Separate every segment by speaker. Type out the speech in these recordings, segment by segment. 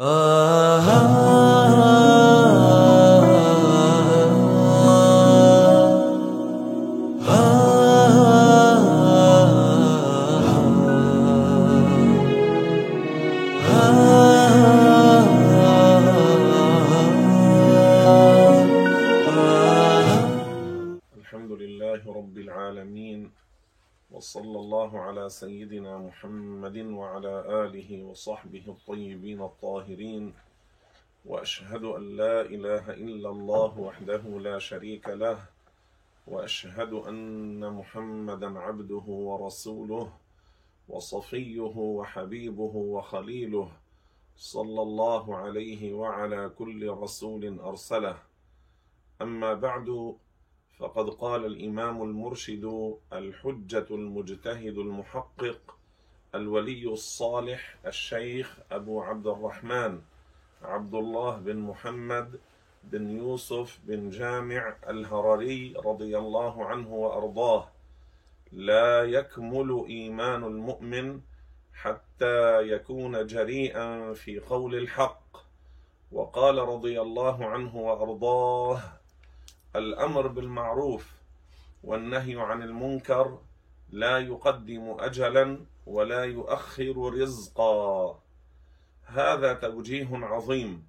Speaker 1: الحمد لله رب العالمين، وصلى الله على سيدنا محمد وعلى آله وصحبه الطيبين الطاهرين، وأشهد أن لا إله إلا الله وحده لا شريك له، وأشهد أن محمدا عبده ورسوله وصفيه وحبيبه وخليله، صلى الله عليه وعلى كل رسول أرسله. أما بعد، فقد قال الإمام المرشد الحجة المجتهد المحقق الولي الصالح الشيخ أبو عبد الرحمن عبد الله بن محمد بن يوسف بن جامع الهرري رضي الله عنه وأرضاه: لا يكمل إيمان المؤمن حتى يكون جريئا في قول الحق. وقال رضي الله عنه وأرضاه: الأمر بالمعروف والنهي عن المنكر لا يقدم أجلا ولا يؤخر رزقا. هذا توجيه عظيم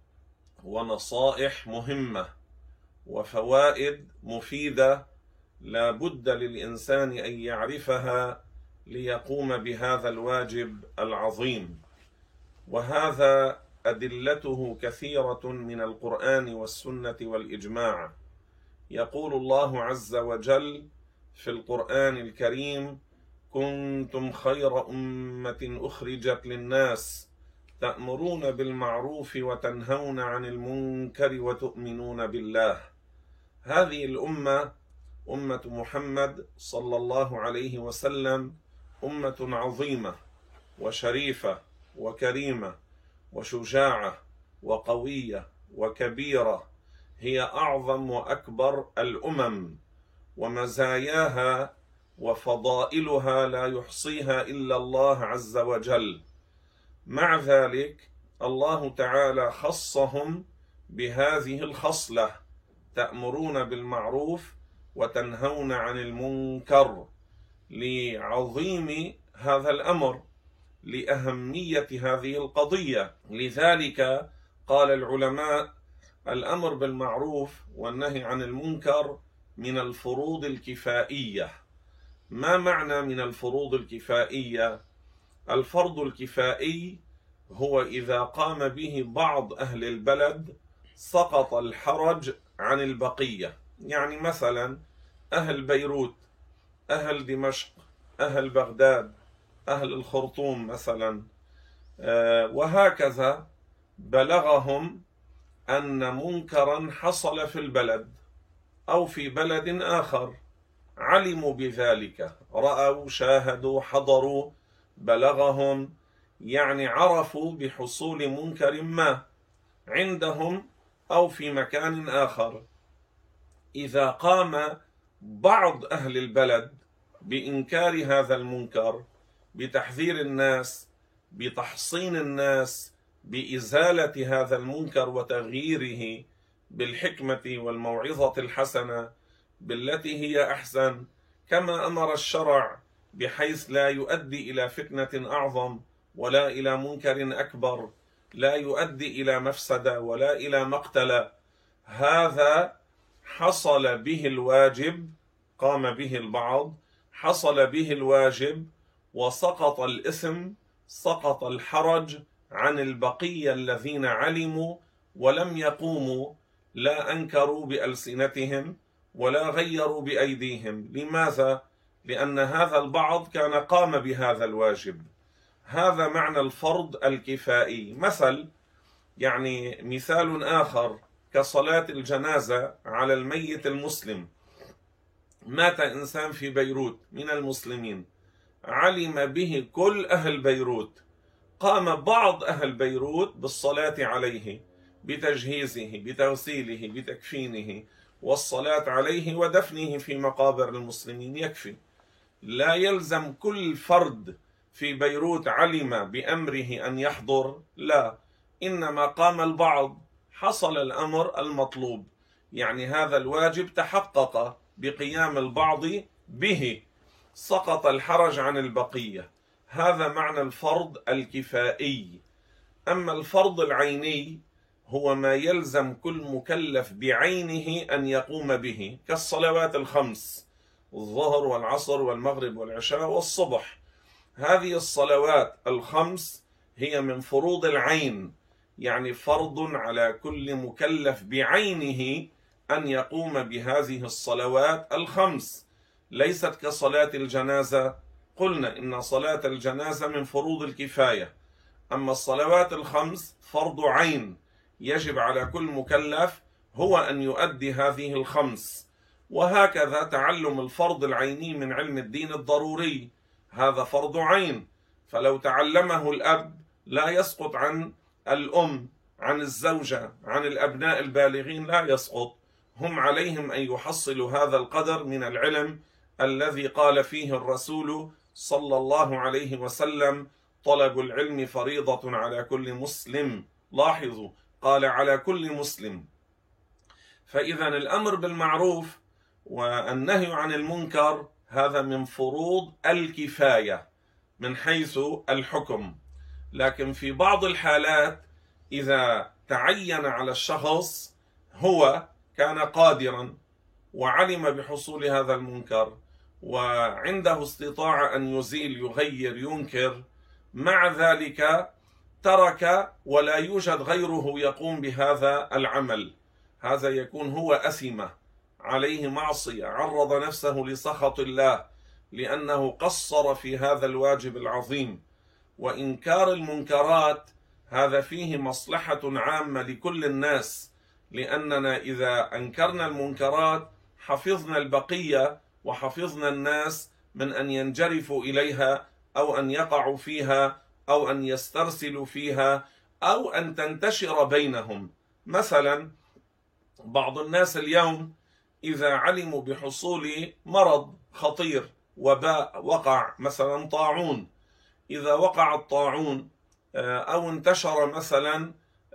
Speaker 1: ونصائح مهمة وفوائد مفيدة لا بد للإنسان أن يعرفها ليقوم بهذا الواجب العظيم. وهذا أدلته كثيرة من القرآن والسنة والإجماع. يقول الله عز وجل في القرآن الكريم: كنتم خير أمة أخرجت للناس تأمرون بالمعروف وتنهون عن المنكر وتؤمنون بالله. هذه الأمة أمة محمد صلى الله عليه وسلم أمة عظيمة وشريفة وكريمة وشجاعة وقوية وكبيرة، هي أعظم وأكبر الأمم، ومزاياها وفضائلها لا يحصيها إلا الله عز وجل. مع ذلك الله تعالى خصهم بهذه الخصلة: تأمرون بالمعروف وتنهون عن المنكر، لعظيم هذا الأمر، لأهمية هذه القضية. لذلك قال العلماء: الأمر بالمعروف والنهي عن المنكر من الفروض الكفائية. ما معنى من الفروض الكفائية؟ الفرض الكفائي هو إذا قام به بعض أهل البلد سقط الحرج عن البقية. يعني مثلا أهل بيروت، أهل دمشق، أهل بغداد، أهل الخرطوم مثلا، وهكذا بلغهم أن منكرا حصل في البلد أو في بلد آخر، علموا بذلك، رأوا، شاهدوا، حضروا، بلغهم، يعني عرفوا بحصول منكر ما عندهم أو في مكان آخر. إذا قام بعض أهل البلد بإنكار هذا المنكر، بتحذير الناس، بتحصين الناس، بإزالة هذا المنكر وتغييره بالحكمة والموعظة الحسنة بالتي هي أحسن، كما أمر الشرع، بحيث لا يؤدي إلى فتنة أعظم ولا إلى منكر أكبر، لا يؤدي إلى مفسدة ولا إلى مقتل. هذا حصل به الواجب، قام به البعض، حصل به الواجب، وسقط الإثم، سقط الحرج عن البقية الذين علموا ولم يقوموا، لا أنكروا بألسنتهم ولا غيروا بأيديهم. لماذا؟ لأن هذا البعض كان قام بهذا الواجب. هذا معنى الفرض الكفائي. مثال آخر كصلاة الجنازة على الميت المسلم. مات إنسان في بيروت من المسلمين، علم به كل أهل بيروت، قام بعض أهل بيروت بالصلاة عليه، بتجهيزه، بتغسيله، بتكفينه، والصلاة عليه ودفنه في مقابر المسلمين يكفي. لا يلزم كل فرد في بيروت علم بأمره أن يحضر، لا، إنما قام البعض حصل الأمر المطلوب، يعني هذا الواجب تحقق بقيام البعض به، سقط الحرج عن البقية. هذا معنى الفرض الكفائي. أما الفرض العيني هو ما يلزم كل مكلف بعينه أن يقوم به، كالصلوات الخمس، الظهر والعصر والمغرب والعشاء والصبح. هذه الصلوات الخمس هي من فروض العين، يعني فرض على كل مكلف بعينه أن يقوم بهذه الصلوات الخمس، ليست كصلاة الجنازة. قلنا إن صلاة الجنازة من فروض الكفاية، أما الصلوات الخمس فرض عين، يجب على كل مكلف هو أن يؤدي هذه الخمس. وهكذا تعلم الفرض العيني من علم الدين الضروري، هذا فرض عين، فلو تعلمه الأب لا يسقط عن الأم، عن الزوجة، عن الأبناء البالغين لا يسقط. هم عليهم أن يحصلوا هذا القدر من العلم الذي قال فيه الرسول صلى الله عليه وسلم: طلب العلم فريضة على كل مسلم. لاحظوا، قال على كل مسلم. فإذا الأمر بالمعروف والنهي عن المنكر هذا من فروض الكفاية من حيث الحكم. لكن في بعض الحالات إذا تعين على الشخص هو كان قادرا وعلم بحصول هذا المنكر وعنده استطاعة أن يزيل، يغير، ينكر، مع ذلك ترك ولا يوجد غيره يقوم بهذا العمل، هذا يكون هو أثم، عليه معصية، عرض نفسه لسخط الله لأنه قصر في هذا الواجب العظيم. وإنكار المنكرات هذا فيه مصلحة عامة لكل الناس، لأننا إذا أنكرنا المنكرات حفظنا البقية وحفظنا الناس من أن ينجرفوا إليها أو أن يقعوا فيها أو أن يسترسلوا فيها أو أن تنتشر بينهم. مثلا بعض الناس اليوم إذا علموا بحصول مرض خطير، وباء وقع، مثلا طاعون، إذا وقع الطاعون أو انتشر مثلا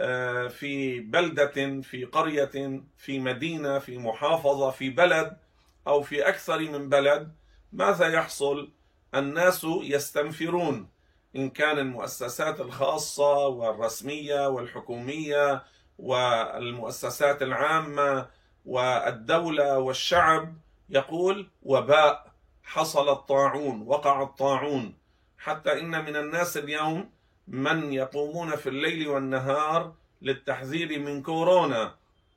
Speaker 1: في بلدة، في قرية، في مدينة، في محافظة، في بلد أو في أكثر من بلد، ماذا يحصل؟ الناس يستنفرون، إن كان المؤسسات الخاصة والرسمية والحكومية والمؤسسات العامة والدولة والشعب، يقول وباء، حصل الطاعون، وقع الطاعون. حتى إن من الناس اليوم من يقومون في الليل والنهار للتحذير من كورونا،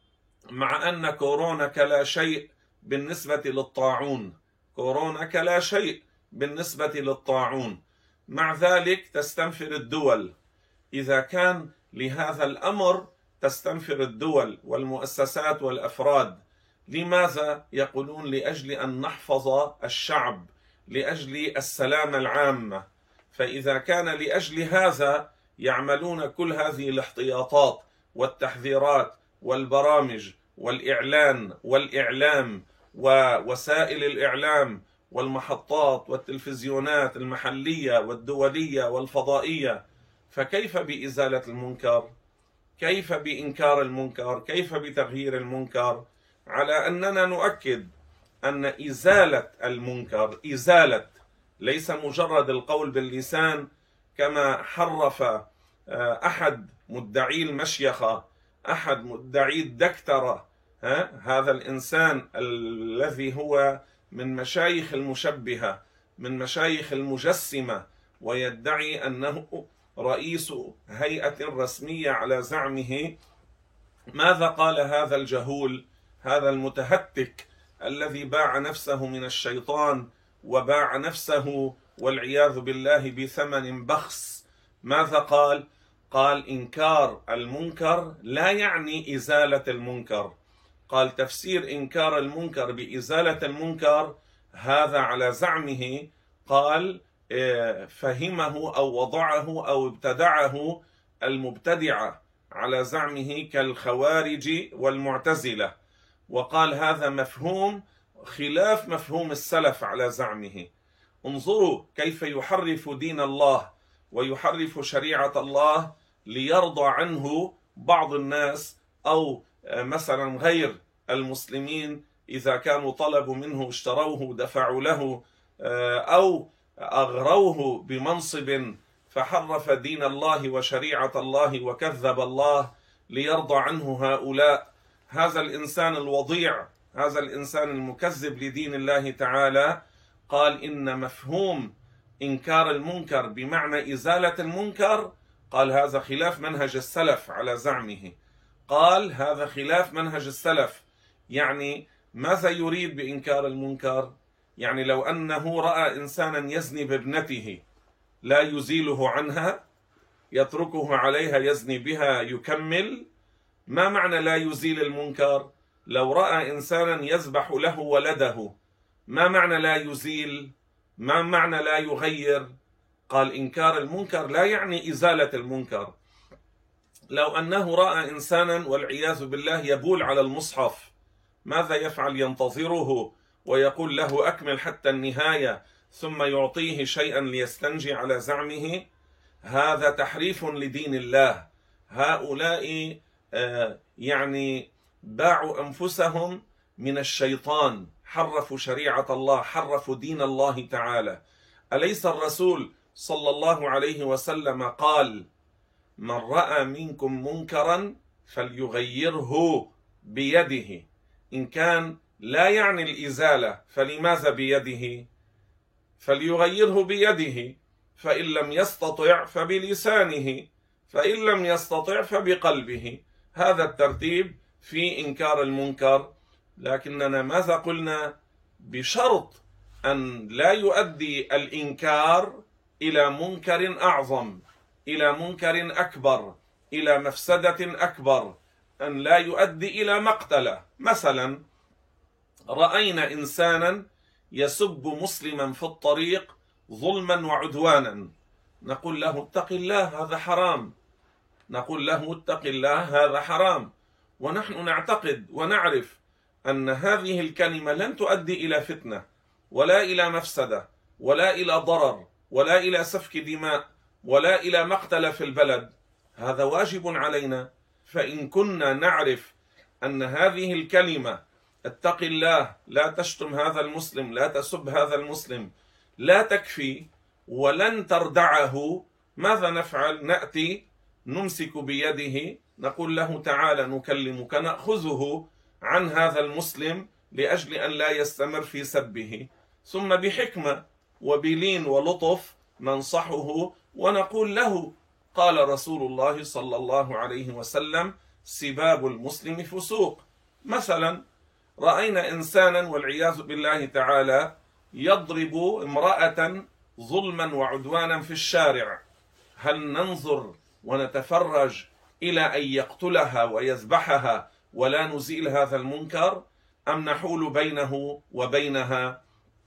Speaker 1: مع أن كورونا كلا شيء بالنسبة للطاعون، كورونا كلا شيء بالنسبة للطاعون. مع ذلك تستنفر الدول. إذا كان لهذا الأمر تستنفر الدول والمؤسسات والأفراد، لماذا؟ يقولون لأجل أن نحفظ الشعب، لأجل السلامة العامة. فإذا كان لأجل هذا يعملون كل هذه الاحتياطات والتحذيرات والبرامج والإعلان والإعلام ووسائل الإعلام والمحطات والتلفزيونات المحلية والدولية والفضائية، فكيف بإزالة المنكر؟ كيف بإنكار المنكر؟ كيف بتغيير المنكر؟ على أننا نؤكد أن إزالة المنكر، إزالة، ليس مجرد القول باللسان كما حرف أحد مدعي المشيخة، أحد مدعي الدكترة، هذا الإنسان الذي هو من مشايخ المشبهة، من مشايخ المجسمة، ويدعي أنه رئيس هيئة رسمية على زعمه. ماذا قال هذا الجهول، هذا المتهتك الذي باع نفسه من الشيطان وباع نفسه والعياذ بالله بثمن بخس؟ ماذا قال؟ قال إنكار المنكر لا يعني إزالة المنكر. قال تفسير إنكار المنكر بإزالة المنكر هذا على زعمه، قال فهمه أو وضعه أو ابتدعه المبتدعة على زعمه كالخوارج والمعتزلة، وقال هذا مفهوم خلاف مفهوم السلف على زعمه. انظروا كيف يحرف دين الله ويحرف شريعة الله ليرضى عنه بعض الناس، أو مثلا غير المسلمين إذا كانوا طلبوا منه اشتروه دفعوا له، أو أغروه بمنصب فحرف دين الله وشريعة الله وكذب الله ليرضى عنه هؤلاء. هذا الإنسان الوضيع، هذا الإنسان المكذب لدين الله تعالى، قال إن مفهوم إنكار المنكر بمعنى إزالة المنكر، قال هذا خلاف منهج السلف على زعمه. قال هذا خلاف منهج السلف. يعني ماذا يريد بإنكار المنكر؟ يعني لو أنه رأى إنسانا يزني بابنته لا يزيله عنها، يتركه عليها يزني بها يكمل. ما معنى لا يزيل المنكر؟ لو رأى إنسانا يذبح له ولده، ما معنى لا يزيل؟ ما معنى لا يغير؟ قال إنكار المنكر لا يعني إزالة المنكر. لو أنه رأى إنسانا والعياذ بالله يبول على المصحف، ماذا يفعل؟ ينتظره ويقول له أكمل حتى النهاية ثم يعطيه شيئا ليستنجي على زعمه. هذا تحريف لدين الله. هؤلاء يعني باعوا أنفسهم من الشيطان، حرفوا شريعة الله، حرفوا دين الله تعالى. أليس الرسول صلى الله عليه وسلم قال من رأى منكم منكرا فليغيره بيده؟ إن كان لا يعني الإزالة فلماذا بيده؟ فليغيره بيده، فإن لم يستطع فبلسانه، فإن لم يستطع فبقلبه. هذا الترتيب في إنكار المنكر. لكننا ماذا قلنا؟ بشرط أن لا يؤدي الإنكار إلى منكر أعظم، إلى منكر أكبر، إلى مفسدة أكبر، أن لا يؤدي إلى مقتلة. مثلا رأينا إنسانا يسب مسلما في الطريق ظلما وعدوانا، نقول له اتق الله هذا حرام، نقول له اتق الله هذا حرام. ونحن نعتقد ونعرف أن هذه الكلمة لن تؤدي إلى فتنة ولا إلى مفسدة ولا إلى ضرر ولا إلى سفك دماء ولا إلى مقتل في البلد. هذا واجب علينا. فإن كنا نعرف أن هذه الكلمة اتق الله، لا تشتم هذا المسلم، لا تسب هذا المسلم، لا تكفي ولن تردعه، ماذا نفعل؟ نأتي نمسك بيده، نقول له تعالى نكلمك، نأخذه عن هذا المسلم لأجل أن لا يستمر في سبه، ثم بحكمة وبلين ولطف ننصحه ونقول له قال رسول الله صلى الله عليه وسلم سباب المسلم فسوق. مثلا رأينا إنسانا والعياذ بالله تعالى يضرب امرأة ظلما وعدوانا في الشارع، هل ننظر ونتفرج إلى أن يقتلها ويذبحها ولا نزيل هذا المنكر، أم نحول بينه وبينها؟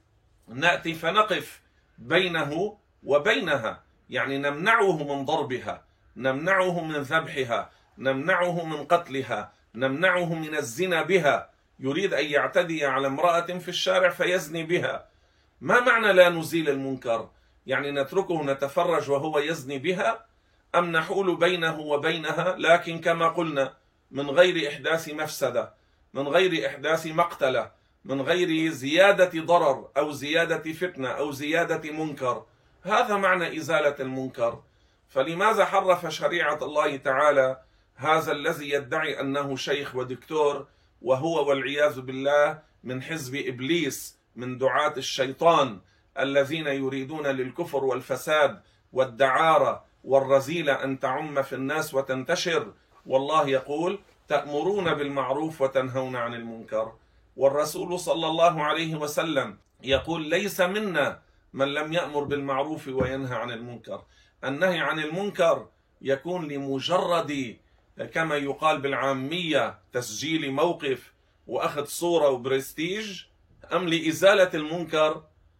Speaker 1: نأتي فنقف بينه وبينها، يعني نمنعه من ضربها، نمنعه من ذبحها، نمنعه من قتلها، نمنعه من الزنا بها. يريد أن يعتدي على امرأة في الشارع فيزني بها، ما معنى لا نزيل المنكر؟ يعني نتركه نتفرج وهو يزني بها، أم نحول بينه وبينها لكن كما قلنا من غير إحداث مفسدة، من غير إحداث مقتلة، من غير زيادة ضرر أو زيادة فتنة أو زيادة منكر. هذا معنى إزالة المنكر. فلماذا حرف شريعة الله تعالى هذا الذي يدعي أنه شيخ ودكتور، وهو والعياذ بالله من حزب إبليس، من دعاة الشيطان الذين يريدون للكفر والفساد والدعارة والرذيلة أن تعم في الناس وتنتشر. والله يقول تأمرون بالمعروف وتنهون عن المنكر، والرسول صلى الله عليه وسلم يقول ليس منا من لم يأمر بالمعروف وينهى عن المنكر. النهي عن المنكر يكون لمجرد كما يقال بالعامية تسجيل موقف وأخذ صورة وبرستيج، أم لإزالة المنكر؟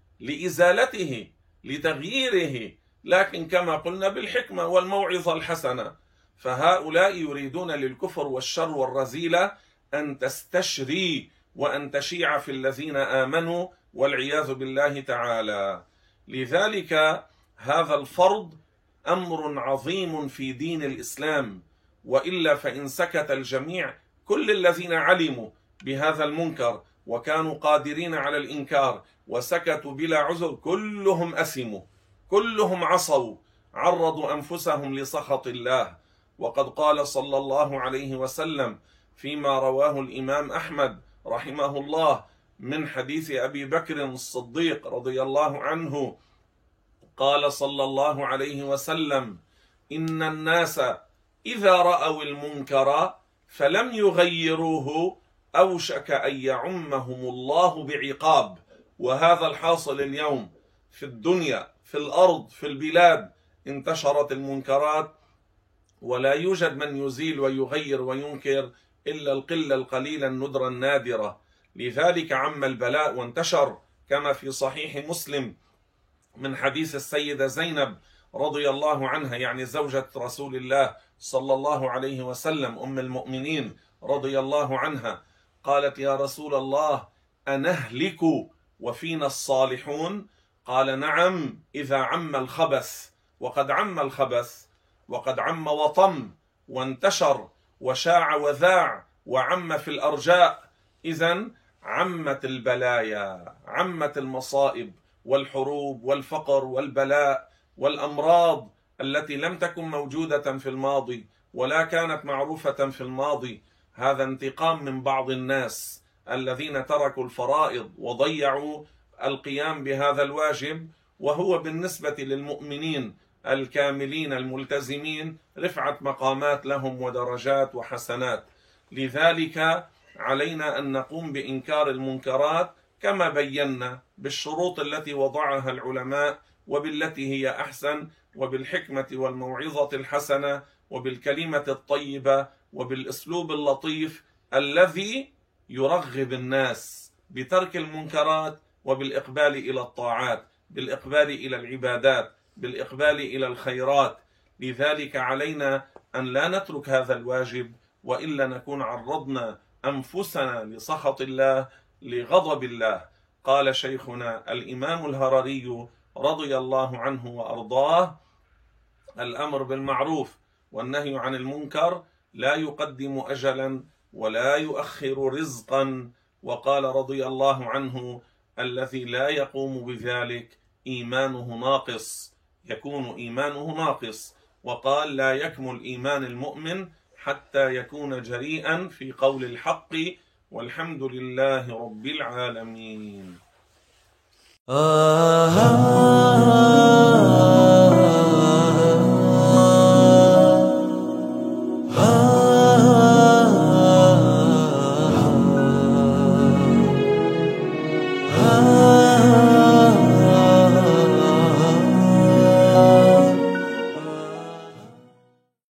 Speaker 1: لإزالته، لتغييره، لكن كما قلنا بالحكمة والموعظة الحسنة. فهؤلاء يريدون للكفر والشر والرذيلة أن تستشري وأن تشيع في الذين آمنوا والعياذ بالله تعالى. لذلك هذا الفرض أمر عظيم في دين الإسلام، وإلا فإن سكت الجميع، كل الذين علموا بهذا المنكر وكانوا قادرين على الإنكار وسكتوا بلا عذر، كلهم أثموا، كلهم عصوا، عرضوا أنفسهم لسخط الله. وقد قال صلى الله عليه وسلم فيما رواه الإمام أحمد رحمه الله من حديث أبي بكر الصديق رضي الله عنه، قال صلى الله عليه وسلم: إن الناس إذا رأوا المنكر فلم يغيروه أوشك أن يعمهم الله بعقاب. وهذا الحاصل اليوم في الدنيا، في الأرض، في البلاد. انتشرت المنكرات ولا يوجد من يزيل ويغير وينكر إلا القلة القليلة الندرة النادرة. لذلك عم البلاء وانتشر، كما في صحيح مسلم من حديث السيدة زينب رضي الله عنها، يعني زوجة رسول الله صلى الله عليه وسلم، أم المؤمنين رضي الله عنها، قالت: يا رسول الله، أنهلك وفينا الصالحون؟ قال: نعم، إذا عم الخبث. وقد عم الخبث، وقد عم وطم وانتشر وشاع وذاع وعم في الأرجاء. إذن عمت البلايا، عمت المصائب والحروب والفقر والبلاء والأمراض التي لم تكن موجودة في الماضي ولا كانت معروفة في الماضي. هذا انتقام من بعض الناس الذين تركوا الفرائض وضيعوا القيام بهذا الواجب، وهو بالنسبة للمؤمنين الكاملين الملتزمين رفعة مقامات لهم ودرجات وحسنات. لذلك علينا أن نقوم بإنكار المنكرات كما بينا، بالشروط التي وضعها العلماء، وبالتي هي أحسن، وبالحكمة والموعظة الحسنة، وبالكلمة الطيبة، وبالأسلوب اللطيف الذي يرغب الناس بترك المنكرات وبالإقبال إلى الطاعات، بالإقبال إلى العبادات، بالإقبال إلى الخيرات. لذلك علينا أن لا نترك هذا الواجب، وإلا نكون عرضنا أنفسنا لسخط الله، لغضب الله. قال شيخنا الإمام الهرري رضي الله عنه وأرضاه: الأمر بالمعروف والنهي عن المنكر لا يقدم أجلا ولا يؤخر رزقا. وقال رضي الله عنه: الذي لا يقوم بذلك إيمانه ناقص، يكون إيمانه ناقص. وقال: لا يكمل إيمان المؤمن حتى يكون جريئا في قول الحق. والحمد لله رب العالمين.